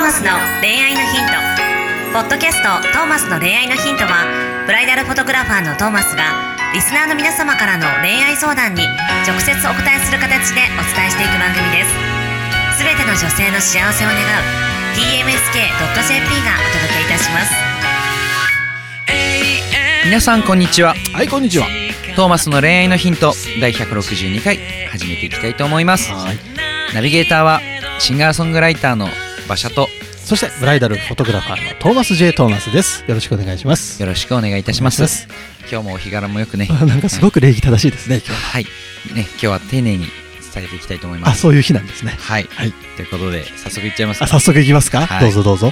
マスの恋愛のヒント。ポッドキャストトーマスの恋愛のヒントは、ブライダルフォトグラファーのトーマスがリスナーの皆様からの恋愛相談に直接お答えする形でお伝えしていく番組です。すべての女性の幸せを願う tmsk.jp がお届けいたします。 皆さんこんにちは。 はい、こんにちは。 トーマスの恋愛のヒント第162回始めていきたいと思います。 はい。 ナビゲーターはシンガーソングライターの馬車と、 そしてブライダルフォトグラファーのトーマス J トーマスです。よろしくお願いします。 よろしくお願いいたします。 お願いし今日もお日柄もよくね、 なんかすごく礼儀正しいですね、今日。 はいね、今日は丁寧に伝えていきたいと思います。 そういう日なんですね。 はい、 はい。 ということで早速いっちゃいますか。 早速いきますか、 はい、 どうぞどうぞ。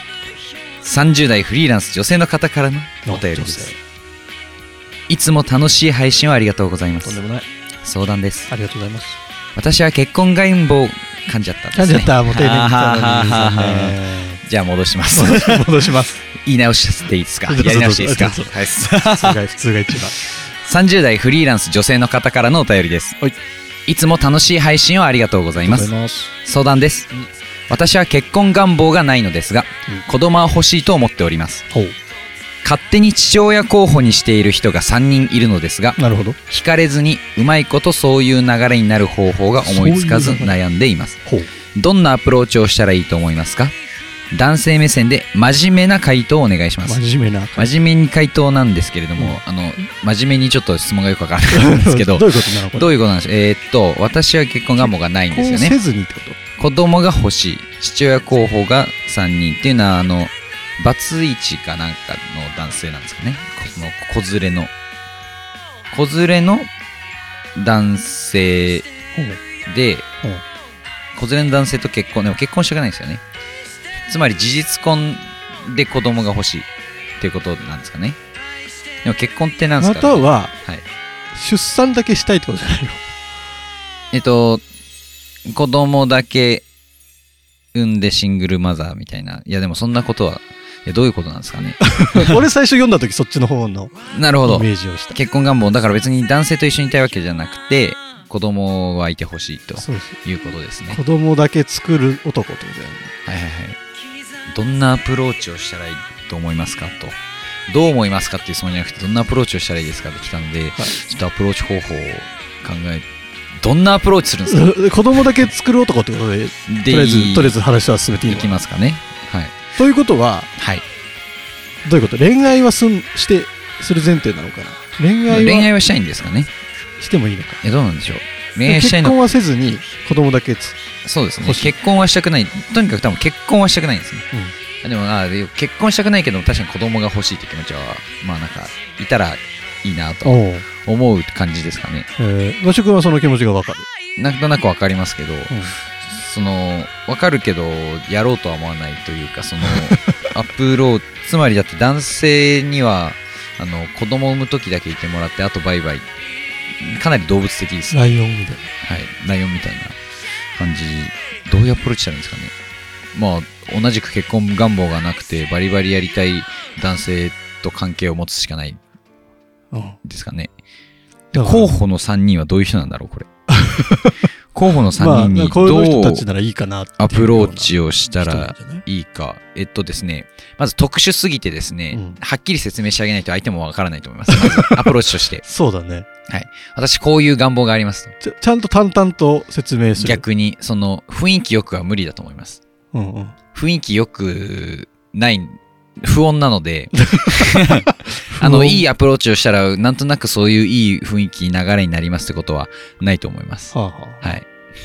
30代フリーランス女性の方からのお便りです。いつも楽しい配信をありがとうございます。 とんでもない。 相談です。 ありがとうございます。 私は結婚願望噛んじゃったんですね。 噛んじゃった。もう丁寧に言ったのにね。 じゃあ戻します。 戻します。 言い直していいですか。やり直していいですか。はい。 普通が一番。 30代フリーランス女性の方からのお便りです。はい。いつも楽しい配信をありがとうございます。相談です。私は結婚願望がないのですが、子供は欲しいと思っております。勝手に父親候補にしている人が3人いるのですが、 なるほど。 惹かれずにうまいことそういう流れになる方法が思いつかず悩んでいます。どんなアプローチをしたらいいと思いますか？男性目線で真面目な回答をお願いします。真面目に回答なんですけれども、真面目にちょっと質問がよくわからないんですけどどういうことなの？どういうことなんでしょう。私は結婚願望がないんですよね。 せずにってこと？ 子供が欲しい、父親候補が3人っていうのはバツイチかなんかの男性なんですかね。子連れの男性で、子連れの男性と結婚、でも結婚したくないんですよね。つまり事実婚で子供が欲しいっていうことなんですかね。でも結婚ってなんですかね。 または、出産だけしたいってことじゃないの？子供だけ産んでシングルマザーみたいな。いやでもそんなことはどういうことなんですかね。 俺最初読んだ時そっちの方のなるほどイメージをした。 結婚願望だから別に男性と一緒にいたいわけじゃなくて子供はいてほしいということですね。 子供だけ作る男ってことだよね。 はいはいはい。どんなアプローチをしたらいいと思いますかと。どう思いますかっていう質問じゃなくてどんなアプローチをしたらいいですかって来たので、ちょっとアプローチ方法を考えどんなアプローチするんですか。 子供だけ作る男ってことでとりあえず話は進めていいのかな。 いきますかね。はい。 ということは、どういうこと？恋愛はする前提なのかな。恋愛はしたいんですかね。 してもいいのか。 どうなんでしょう。恋愛したいの。 結婚はせずに子供だけそうですね。結婚はしたくない。とにかく多分結婚はしたくないんですね。でも結婚したくないけど確かに子供が欲しいって気持ちはまあなんかいたらいいなと思う感じですかね。 和食はその気持ちが分かる。 なんとなく分かりますけど、分かるけどやろうとは思わないというかアプローチつまりだって男性には子供を産む時だけいてもらってあとバイバイかなり動物的です。 ライオンみたいな。 はい、ライオンみたいな感じ。どういうアプローチしたらいいんですかね。まあ同じく結婚願望がなくてバリバリやりたい男性と関係を持つしかないですかね。候補の3人はどういう人なんだろうこれ。候補の3人にどうアプローチをしたらいいか。ですね、まず特殊すぎてですね、はっきり説明してあげないと相手もわからないと思います。まずアプローチとして。 そうだね。 はい。私こういう願望がありますと。 ちゃんと淡々と説明する。 逆に雰囲気よくは無理だと思います。雰囲気よくない不穏なのでいいアプローチをしたらなんとなくそういういい雰囲気流れになりますってことはないと思います。はい。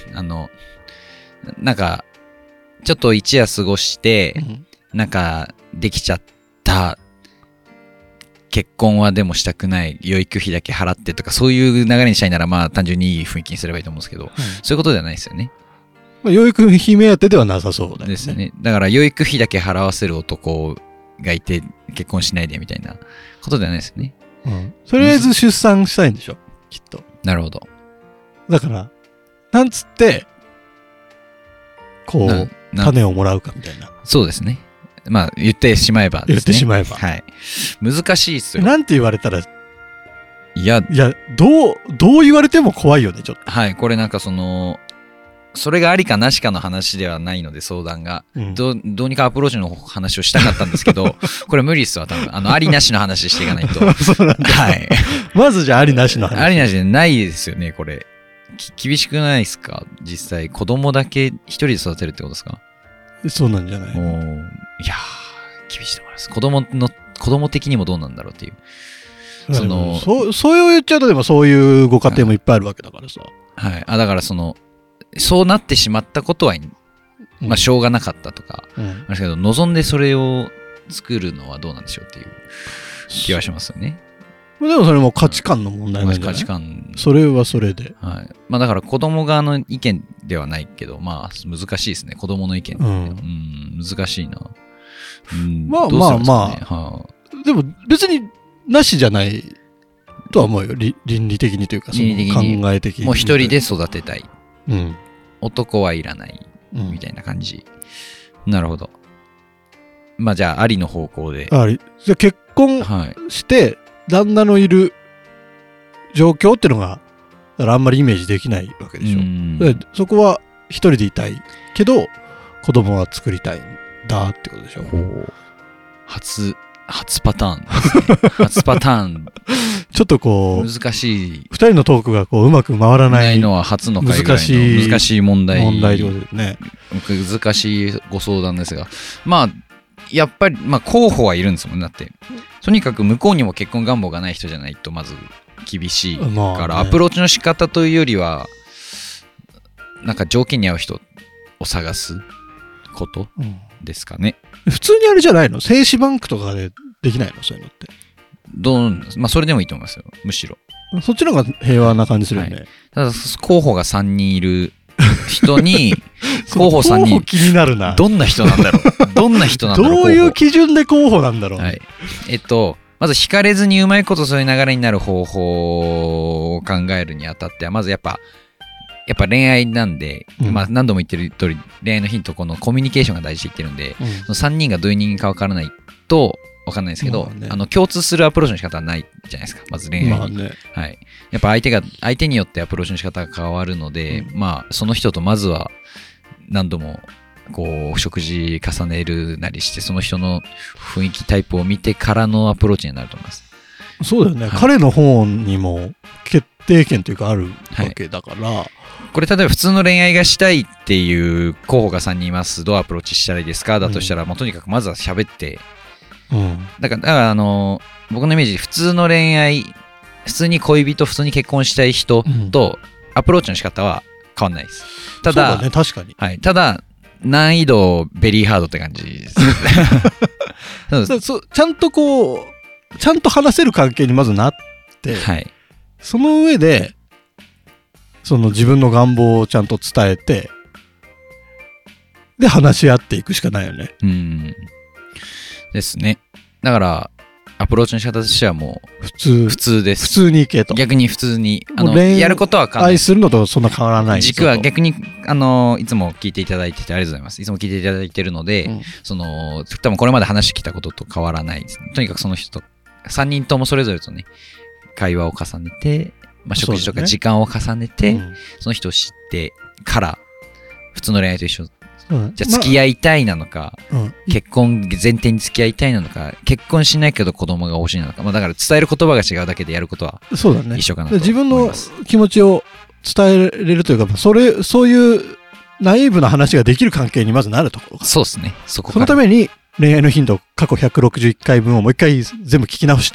なんかちょっと一夜過ごして、なんかできちゃった結婚はでもしたくない養育費だけ払ってとかそういう流れにしたいならまあ単純にいい雰囲気にすればいいと思うんですけど、そういうことではないですよね。 養育費目当てではなさそうだね。 ですよね。だから養育費だけ払わせる男がいて結婚しないでみたいなことではないですよね。 とりあえず出産したいんでしょきっと。 なるほど。 だからなんつってこう種をもらうかみたいな。 そうですね。まあ言ってしまえばですね。 言ってしまえば。 はい。難しいですよ。 なんて言われたらいやどう言われても怖いよねちょっと。 はい。これなんかそれがありかなしかの話ではないので、相談が。どうにかアプローチの話をしたかったんですけど、これ無理っすわ、多分。ありなしの話していかないと。 そうなんだ。 はい。 まずじゃあ、ありなしの話。 ありなしでないですよね、これ。厳しくないですか実際。子供だけ一人で育てるってことですか？ そうなんじゃない？ いやー、厳しいと思います。子供的にもどうなんだろうっていう。 そう言っちゃうと、でもそういうご家庭もいっぱいあるわけだからさ。 はい。だからそうなってしまったことは、まあ、しょうがなかったとか、ですけど、望んでそれを作るのはどうなんでしょうっていう気はしますよね。 でもそれも価値観の問題なんじゃない？ 価値観。 それはそれで。 はい。まあだから子供側の意見ではないけど、まあ難しいですね。子供の意見って。難しいな。 まあ、でも別になしじゃないとは思うよ。倫理的にというか、 倫理的に考え的に。 もう一人で育てたい。男はいらない。みたいな感じ。なるほど。まあじゃあ、ありの方向で。 じゃあ結婚して、旦那のいる状況っていうのが、だからあんまりイメージできないわけでしょ。そこは一人でいたいけど、子供は作りたいんだってことでしょ。 初パターンですね。初パターン。 ちょっとこう、 難しい。 二人のトークがこううまく回らないのは初の回ぐらいの難しい問題。 問題ってことですね。 難しいご相談ですが。まあ、やっぱり、まあ、候補はいるんですもんね。だって。とにかく向こうにも結婚願望がない人じゃないと、まず厳しいから、アプローチの仕方というよりは、なんか条件に合う人を探すことですかね。 普通にあれじゃないの？精子バンクとかでできないの？そういうのって。 まあ、それでもいいと思いますよ。むしろ。 そっちの方が平和な感じするよね。 ただ、候補が3人いる人に、候補3人。 候補気になるな。 どんな人なんだろう。どういう基準で候補なんだろう。 はい。まず惹かれずにうまいことそういう流れになる方法を考えるにあたっては、まずやっぱ恋愛なんで、まあ何度も言ってる通り、恋愛のヒント、このコミュニケーションが大事って言ってるんで、その3人がどういう人間か分からないと分かんないですけど、共通するアプローチの仕方はないじゃないですか、まず恋愛に。はい。やっぱ相手によってアプローチの仕方が変わるので、まあその人とまずは何度もこう食事重ねるなりして、その人の雰囲気タイプを見てからのアプローチになると思います。 そうだよね。彼の方にも決定権というかあるわけだから、 これ例えば普通の恋愛がしたいっていう候補が3人います。どうアプローチしたらいいですかだとしたら、もうとにかくまずは喋って、だから僕のイメージ、普通の恋愛、普通に恋人、普通に結婚したい人とアプローチの仕方は変わんないです。ただ、 そうだね、確かに。 はい。ただ、難易度ベリーハードって感じです。 ちゃんとちゃんと話せる関係にまずなって、その上で、自分の願望をちゃんと伝えて、で話し合っていくしかないよね。 ですね。だから、アプローチの仕方としてはもう普通です。 普通にいけと。 逆に普通にやることは変わらない。 愛するのとそんな変わらない。 軸は逆にいつも聞いていただいててありがとうございます。いつも聞いていただいてるので、多分これまで話してきたことと変わらないです。とにかくその人と3人ともそれぞれとね会話を重ねて、まあ、食事とか時間を重ねて その人を知ってから普通の恋愛と一緒。じゃあ付き合いたいなのか、結婚前提に付き合いたいなのか、結婚しないけど子供が欲しいなのか、まあ、だから伝える言葉が違うだけでやることは一緒かなと思います。 自分の気持ちを伝えれるというか、そういうナイーブな話ができる関係にまずなるところ。 そうですね。そのために恋愛の頻度過去161回分をもう一回全部聞き直して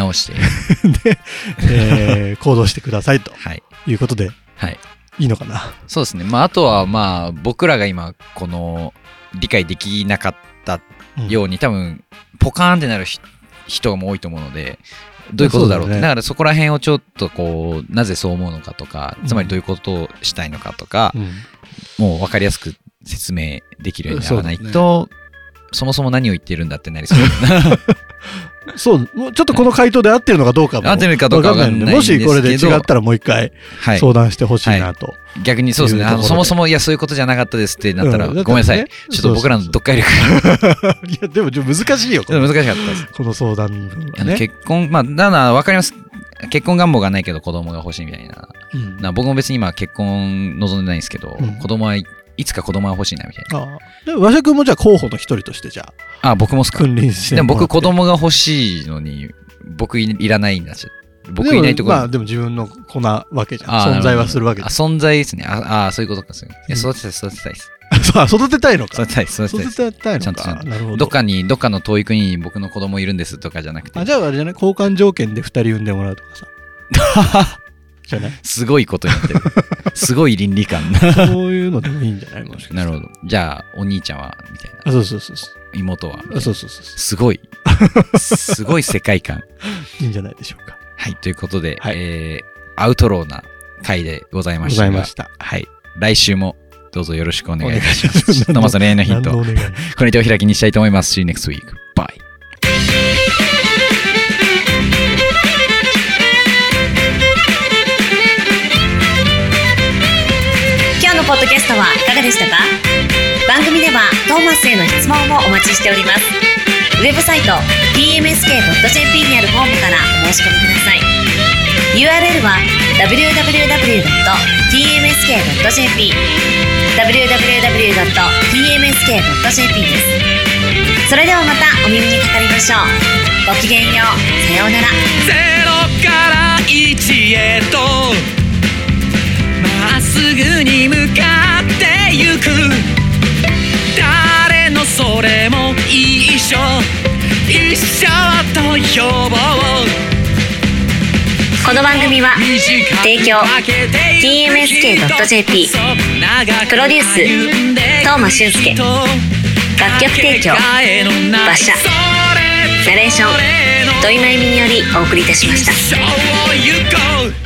で、行動してくださいということで、いいのかな。 そうですね。まああとはまあ僕らが今この理解できなかったように、多分ポカーンってなる人も多いと思うので、どういうことだろうって、だからそこら辺をちょっとなぜそう思うのかとか、つまりどういうことをしたいのかとか、もう分かりやすく説明できるようにならないと、そもそも何を言ってるんだってなりそうそう、ちょっとこの回答で合ってるのかどうかも合ってるかどうか分かんないんですけど、 もしこれで違ったらもう一回相談してほしいなと。 逆にそうですね。そもそもいやそういうことじゃなかったですってなったら、ごめんなさい。ちょっと僕らの読解力がいやでも難しいよ。 難しかったです。 この相談はね。 結婚、まあだから分かります。 結婚願望がないけど子供が欲しいみたいな。僕も別に今結婚望んでないんですけど、子供はいつか子供が欲しいなみたいな。 で和食もじゃあ候補の一人としてじゃあ。 僕もっすか。 君臨して。 でも僕子供が欲しいのに、僕いらないんだし。僕いないところ。 まあでも自分の子なわけじゃん。存在はするわけじゃん。 存在ですね。そういうことか。育てたいです。 育てたいのか。 育てたいです。 育てたいのか。 ちゃんとなるほど。 どっかの遠い国に僕の子供いるんですとかじゃなくて。 じゃああれじゃない、交換条件で2人産んでもらうとかさ。じゃない。 すごいことになってる。すごい倫理観。 そういうのでもいいんじゃない。もしかして。 なるほど。じゃあお兄ちゃんはみたいな。 そう。 妹は。 そう。 すごい世界観。 いいんじゃないでしょうか。 はい、ということで、アウトローな回でございました。はい。来週もどうぞよろしくお願いいたします。トーマスの恋愛のヒント。これにてお開きにしたいと思います。See you next week. Bye. 今日のポッドキャストはいかがでしたか？番組ではトーマスへの質問もお待ちしております。ウェブサイト tmsk.jp にあるフォームからお申し込みください。URL は www.tmsk.jp www.tmsk.jp です。それではまたお耳にかかりましょう。ごきげんよう。さようなら。 0から1へとまっすぐに向かってゆく。誰のそれも一緒と呼ぼう。 この番組は提供 tmsk.jp プロデュース東間俊介、楽曲提供馬車、ナレーション土井真由美によりお送りいたしました。